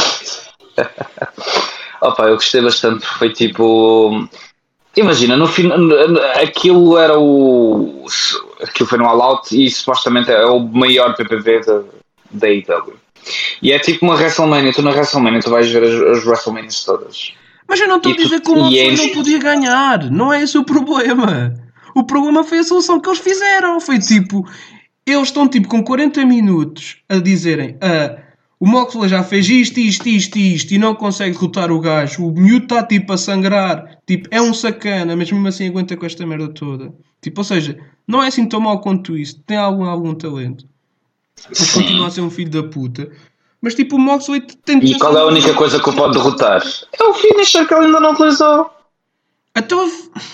[SPEAKER 2] Eu gostei bastante porque foi tipo. Imagina, no fim, aquilo era aquilo foi no All Out e supostamente é o maior PPV da AEW. E é tipo uma WrestleMania. Tu na WrestleMania tu vais ver as WrestleManias todas.
[SPEAKER 1] Mas eu não estou a dizer que o Moxley não podia ganhar. Não é esse o problema. O problema foi a solução que eles fizeram. Foi tipo, eles estão tipo com 40 minutos a dizerem o Moxley já fez isto e não consegue derrotar o gajo. O miúdo está tipo a sangrar. Tipo, é um sacana, mas mesmo assim aguenta com esta merda toda. Tipo, ou seja, não é assim tão mal quanto isso. Tem algum talento. Mas continua a ser um filho da puta. Mas tipo, o Moxley tem...
[SPEAKER 2] E qual é a única coisa que o pode derrotar? É o finisher que ele ainda não utilizou.
[SPEAKER 1] Então...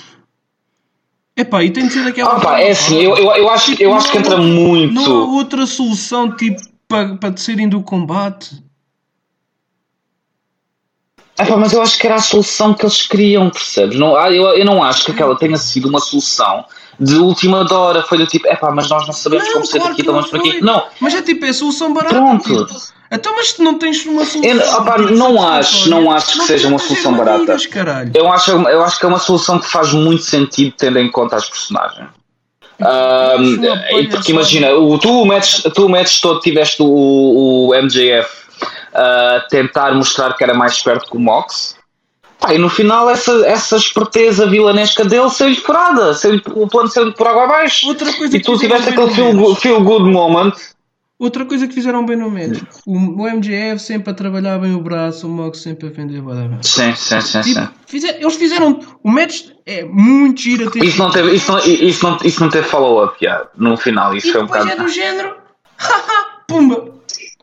[SPEAKER 1] e tem de ser daquela...
[SPEAKER 2] é assim, eu acho que entra muito...
[SPEAKER 1] Não há outra solução, tipo, para saírem do combate.
[SPEAKER 2] Mas eu acho que era a solução que eles queriam, percebes? Eu não acho que aquela tenha sido uma solução de última hora. Foi do tipo, mas nós não sabemos como sair daqui, então vamos para aqui. Não.
[SPEAKER 1] Mas é tipo, é solução barata.
[SPEAKER 2] Pronto.
[SPEAKER 1] Tipo. Então, mas se não tens uma solução...
[SPEAKER 2] não acho que seja uma solução barata. Eu acho que é uma solução que faz muito sentido tendo em conta as personagens. Porque imagina, tu o match todo tiveste o MJF a tentar mostrar que era mais esperto que o Mox. E no final essa esperteza vilanesca dele saiu furada, o plano saiu por água abaixo. E tu tiveste aquele feel good moment.
[SPEAKER 1] Outra coisa que fizeram bem no match, o MJF sempre a trabalhar bem o braço, o Mox sempre a vender bem.
[SPEAKER 2] Sim.
[SPEAKER 1] Eles fizeram, o match é muito giro.
[SPEAKER 2] Isso não teve follow-up no final, isso foi um bocado...
[SPEAKER 1] é do género, pumba.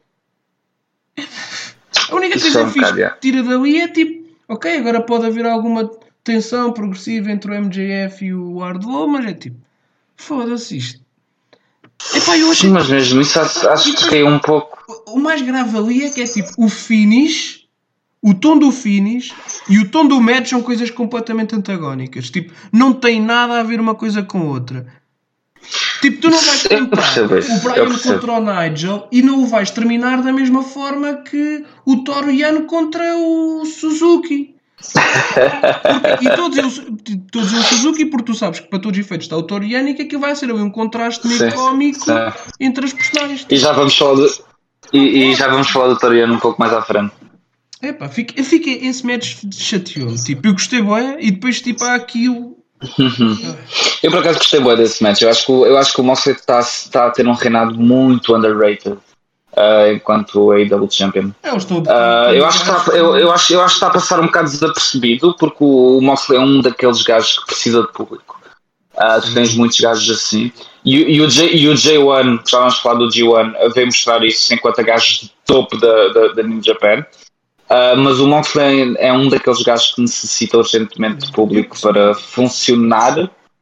[SPEAKER 1] A única coisa que fiz tira dali é tipo, ok, agora pode haver alguma tensão progressiva entre o MJF e o Wardlow, mas é tipo, foda-se isto. Eu achei...
[SPEAKER 2] Mas mesmo isso acho que caiu um pouco.
[SPEAKER 1] O mais grave ali é que é tipo, o finish, o tom do finish e o tom do match são coisas completamente antagónicas. Tipo, não tem nada a ver uma coisa com outra. Tipo, tu não vais tentar o Brian contra o Nigel e não o vais terminar da mesma forma que o Toru Yano contra o Suzuki. E todos eles Suzuki, porque tu sabes que para todos os efeitos está o Toru Yano e que aquilo vai ser ali um contraste meio cómico entre as personagens.
[SPEAKER 2] E já vamos falar do Toru Yano um pouco mais à frente.
[SPEAKER 1] Esse match chateou. Tipo, eu gostei bem e depois tipo há aquilo.
[SPEAKER 2] Eu por acaso gostei bem desse match. Eu acho que o Moxley está a ter um reinado muito underrated enquanto AEW Champion. Eu acho que está a passar um bocado desapercebido porque o Moxley é um daqueles gajos que precisa de público. Tu tens muitos gajos assim e o J1, já vamos falar do G1, veio mostrar isso enquanto gajos de topo da New Japan. Mas o Moxley é um daqueles gajos que necessita urgentemente de público para funcionar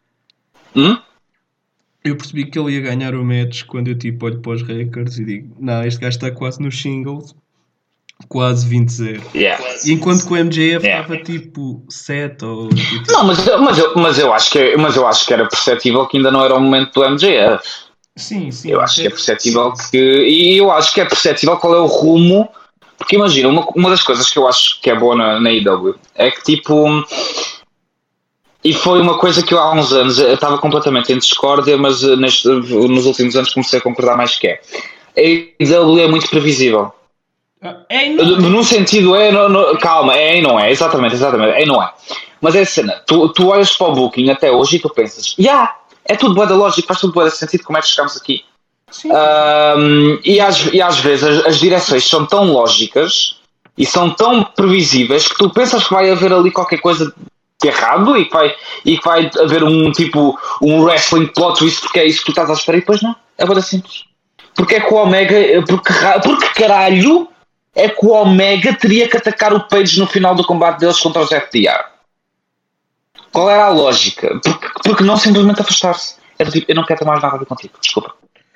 [SPEAKER 1] Eu percebi que ele ia ganhar o match quando eu tipo olho para os records e digo, não, este gajo está quase nos singles, quase 20-0.
[SPEAKER 2] Yeah.
[SPEAKER 1] E enquanto que o MJF
[SPEAKER 2] Yeah.
[SPEAKER 1] estava tipo 7 ou tipo,
[SPEAKER 2] Não, mas eu acho que era perceptível que ainda não era o momento do MJF.
[SPEAKER 1] sim.
[SPEAKER 2] Eu acho que é perceptível e eu acho que é perceptível qual é o rumo. Porque imagina, uma das coisas que eu acho que é boa na AEW é que tipo. E foi uma coisa que eu há uns anos eu estava completamente em discórdia, mas nos últimos anos comecei a concordar mais que é. A AEW é muito previsível. No sentido calma, é e não é, exatamente, é e não é. Mas é a cena, tu olhas para o booking até hoje e tu pensas, é tudo bué da lógica, faz tudo bué de sentido, como é que chegamos aqui? E às vezes as direções são tão lógicas e são tão previsíveis que tu pensas que vai haver ali qualquer coisa de errado e que vai haver um wrestling plot twist, porque é isso que tu estás à espera, e depois não, é bué da simples. Porque é que o Omega, porque caralho é que o Omega teria que atacar o Page no final do combate deles contra os FTR? Qual era a lógica? Porque não simplesmente afastar-se. É do tipo, eu não quero ter mais nada a ver contigo, desculpa.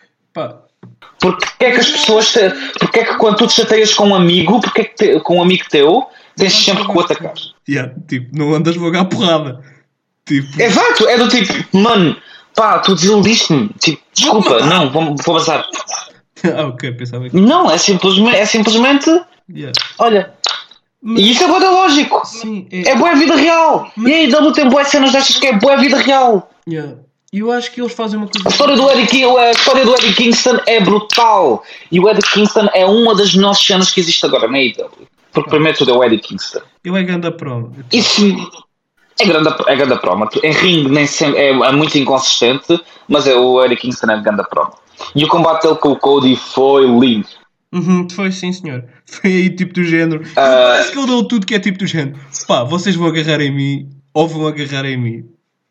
[SPEAKER 2] Porque é que as pessoas porque é que quando tu te chateias com um amigo, com um amigo teu, tens sempre que o atacar?
[SPEAKER 1] Tipo, não andas a jogar porrada. Tipo...
[SPEAKER 2] Exato, é do tipo, mano, tu desiludiste-me, tipo, desculpa, não, vou bazar.
[SPEAKER 1] Ok, pensava que...
[SPEAKER 2] Não, é simplesmente olha, e isso é bué lógico.
[SPEAKER 1] Sim,
[SPEAKER 2] é bué vida real. E aí, AEW tem bué cenas destas que é bué vida real.
[SPEAKER 1] Eu acho que eles fazem uma coisa...
[SPEAKER 2] A história do Eddie Kingston é brutal. E o Eddie Kingston é uma das melhores cenas que existe agora na AEW. Porque primeiro tudo é o Eddie Kingston.
[SPEAKER 1] Ele é grande promo.
[SPEAKER 2] Isso é grande promo. Em ringue nem sempre, é muito inconsistente, mas o Eddie Kingston é grande promo. E o combate dele com o Cody foi lindo.
[SPEAKER 1] Foi sim, senhor. Foi aí tipo do género. Parece que ele deu tudo que é tipo do género. Vocês vão agarrar em mim ou vão agarrar em mim.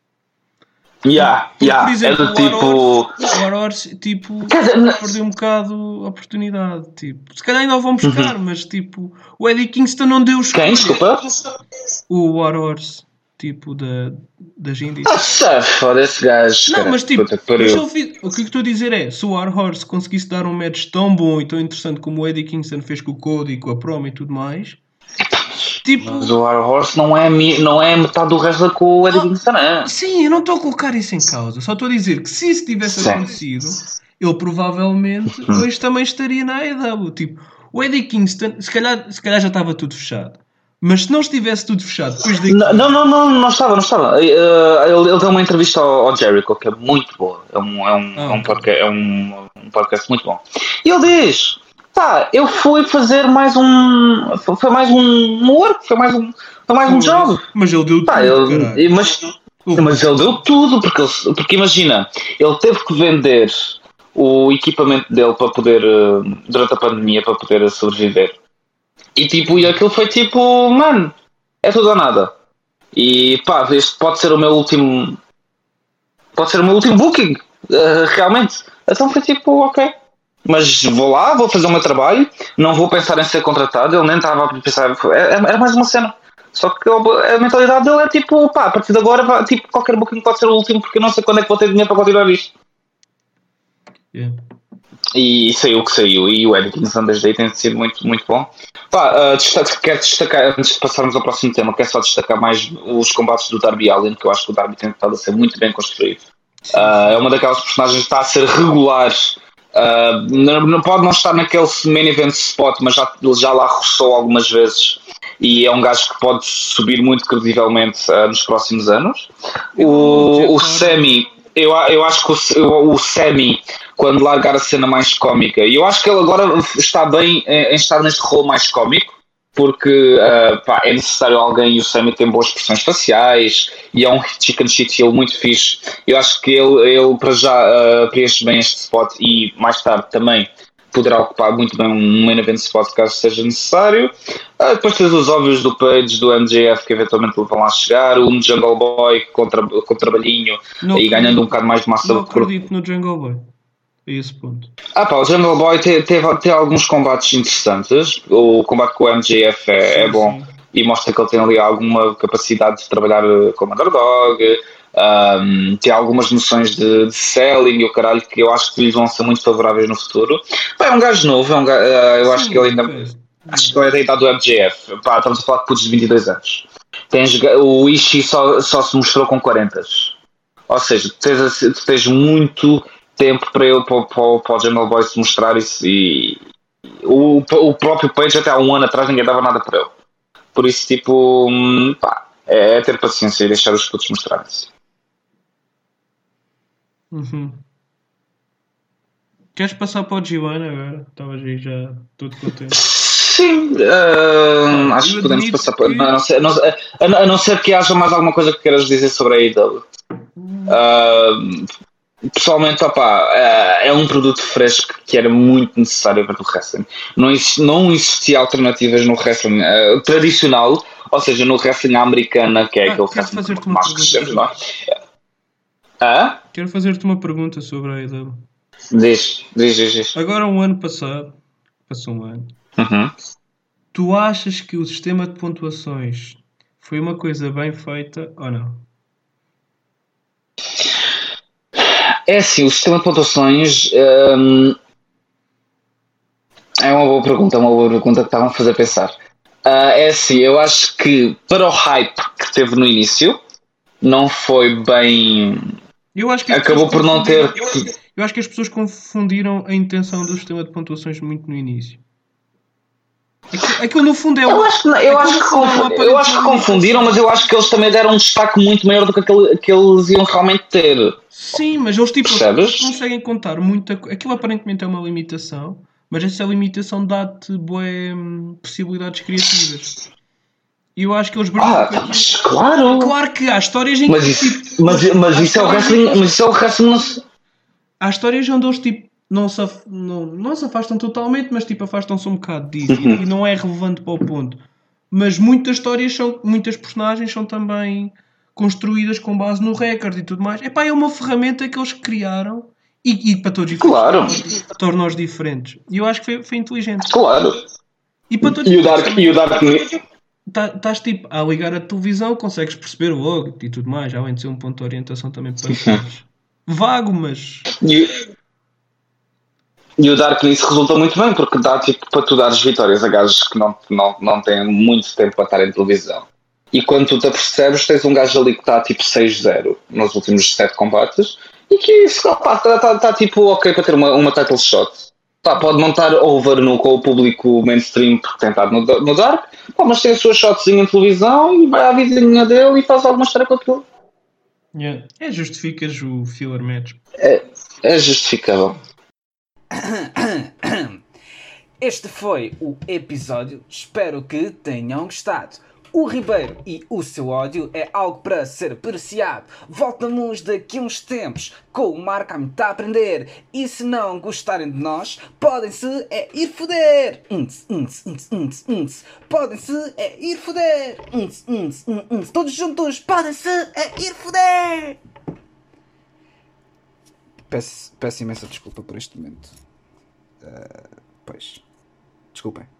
[SPEAKER 1] Por exemplo,
[SPEAKER 2] é do tipo...
[SPEAKER 1] O Warhorse, tipo, perdeu um bocado a oportunidade. Tipo, se calhar ainda o vão buscar, mas tipo, o Eddie Kingston não deu os...
[SPEAKER 2] Quem? Desculpa?
[SPEAKER 1] O Warhorse, tipo, das Indies.
[SPEAKER 2] Foda esse gajo.
[SPEAKER 1] Não, mas tipo, o que eu estou a dizer é, se o Warhorse conseguisse dar um match tão bom e tão interessante como o Eddie Kingston fez com o Cody, com a promo e tudo mais... Tipo...
[SPEAKER 2] Mas o Warhorse não é metade do resto com o Eddie Kingston, é?
[SPEAKER 1] Sim, eu não estou a colocar isso em causa. Só estou a dizer que se isso tivesse acontecido, ele provavelmente hoje também estaria na AEW. Tipo, o Eddie Kingston, se calhar já estava tudo fechado. Mas se não estivesse tudo fechado, depois daqui...
[SPEAKER 2] Não estava. Ele deu uma entrevista ao Jericho, que é muito boa. É um podcast muito bom. E ele diz... eu fui fazer mais um... Foi mais um work, foi mais um job.
[SPEAKER 1] Mas ele deu tudo,
[SPEAKER 2] mas ele deu tudo, porque imagina, ele teve que vender o equipamento dele para poder, durante a pandemia, para poder sobreviver. E aquilo foi tipo, mano, é tudo ou nada. E este pode ser o meu último booking, realmente. Então foi tipo, ok. Mas vou lá, vou fazer o meu trabalho, não vou pensar em ser contratado, ele nem estava a pensar, era mais uma cena. Só que a mentalidade dele é tipo, a partir de agora, tipo, qualquer booking pode ser o último, porque eu não sei quando é que vou ter dinheiro para continuar isto. E saiu o que saiu, e o Eddie Kingston desde aí tem sido muito, muito bom. Quero destacar, antes de passarmos ao próximo tema, quero só destacar mais os combates do Darby Allin, que eu acho que o Darby tem estado a ser muito bem construído. É uma daquelas personagens que está a ser regular. Não pode não estar naquele main event spot, mas já lá roçou algumas vezes e é um gajo que pode subir muito credivelmente nos próximos anos. O Sammy, eu acho que o Sammy, quando largar a cena mais cómica, e eu acho que ele agora está bem em estar neste rol mais cómico, porque é necessário alguém, e o Sammy tem boas expressões faciais e é um chicken shit heel muito fixe. Eu acho que ele para já preenche bem este spot e mais tarde também poderá ocupar muito bem um main event spot caso seja necessário. Depois tens os óbvios do Page, do MJF, que eventualmente vão lá chegar, um Jungle Boy com trabalhinho e ganhando um bocado mais de massa.
[SPEAKER 1] Não acredito no Jungle Boy. Esse ponto.
[SPEAKER 2] O Jungle Boy tem alguns combates interessantes. O combate com o MJF é bom e mostra que ele tem ali alguma capacidade de trabalhar como underdog. Tem algumas noções de selling e o caralho que eu acho que lhes vão ser muito favoráveis no futuro. Pá, é um gajo novo, eu acho que ele ainda. Acho que ele é da idade do MJF. Pá, estamos a falar de putos de 22 anos. O Ishii só se mostrou com 40. Ou seja, tu tens muito tempo para ele, para o Jungle Boy se mostrar isso. E o próprio Page, até há um ano atrás, ninguém dava nada para ele. Por isso, tipo, pá, é ter paciência e deixar os putos mostrarem-se.
[SPEAKER 1] Uhum. Queres passar para o G1 agora? Estavas aí já todo contente.
[SPEAKER 2] Sim, acho que podemos passar para.
[SPEAKER 1] que-
[SPEAKER 2] A não ser que haja mais alguma coisa que queiras dizer sobre a AEW. Pessoalmente, opá, é um produto fresco que era muito necessário para o wrestling. Não existia alternativas no wrestling tradicional, ou seja, no wrestling americana, que é aquele
[SPEAKER 1] quero
[SPEAKER 2] wrestling
[SPEAKER 1] fazer-te
[SPEAKER 2] que
[SPEAKER 1] uma
[SPEAKER 2] mais
[SPEAKER 1] pergunta.
[SPEAKER 2] conhecemos, não é?
[SPEAKER 1] Quero fazer-te uma pergunta sobre a AEW.
[SPEAKER 2] Diz.
[SPEAKER 1] Agora, um ano passado, passou um ano,
[SPEAKER 2] Uhum.
[SPEAKER 1] tu achas que o sistema de pontuações foi uma coisa bem feita ou não?
[SPEAKER 2] É assim, o sistema de pontuações é uma boa pergunta que estavam a fazer pensar. É assim, eu acho que para o hype que teve no início, não foi bem.
[SPEAKER 1] Eu acho que
[SPEAKER 2] Acabou por não ter.
[SPEAKER 1] Eu acho que as pessoas confundiram a intenção do sistema de pontuações muito no início. Aquilo no fundo é
[SPEAKER 2] Eu acho que confundiram, mas eu acho que eles também deram um destaque muito maior do que aquele que eles iam realmente ter.
[SPEAKER 1] Sim, mas eles tipo
[SPEAKER 2] Percebes?
[SPEAKER 1] conseguem contar muita coisa. Aquilo aparentemente é uma limitação, mas essa limitação dá-te boas possibilidades criativas. E eu acho que eles brincam com aquilo.
[SPEAKER 2] Mas claro!
[SPEAKER 1] Claro que há histórias em que.
[SPEAKER 2] Mas isso é o wrestling. Mas isso é o wrestling.
[SPEAKER 1] Há histórias onde eles tipo não se afastam totalmente, mas tipo afastam-se um bocado disso e não é relevante para o ponto. Mas muitas personagens são também construídas com base no recorde e tudo mais. Epá, é uma ferramenta que eles criaram e para todos os
[SPEAKER 2] Claro!
[SPEAKER 1] torna-os diferentes. E eu acho que foi inteligente.
[SPEAKER 2] Claro!
[SPEAKER 1] E para todos
[SPEAKER 2] E o Dark.
[SPEAKER 1] Estás tipo a ligar a televisão, consegues perceber logo e tudo mais, além de ser um ponto de orientação também para todos. Vago, mas.
[SPEAKER 2] E o Dark nisso resulta muito bem, porque dá tipo para tu dares vitórias a gajos que não têm muito tempo para estar em televisão. E quando tu te apercebes, tens um gajo ali que está tipo 6-0 nos últimos 7 combates e que está tipo ok para ter uma title shot. Pode não estar over com o público mainstream porque tem estado no Dark, mas tem a sua shotzinha em televisão e vai à vidinha dele e faz alguma história com aquilo.
[SPEAKER 1] Yeah. Justificas o filler match.
[SPEAKER 2] É justificável.
[SPEAKER 3] Este foi o episódio, espero que tenham gostado. O Ribeiro e o seu ódio é algo para ser apreciado. Voltamos daqui a uns tempos com o Marco a me a aprender. E se não gostarem de nós, podem-se ir foder. Podem-se ir foder. Todos juntos, podem-se ir foder. Peço imensa desculpa por este momento. Pois, desculpem.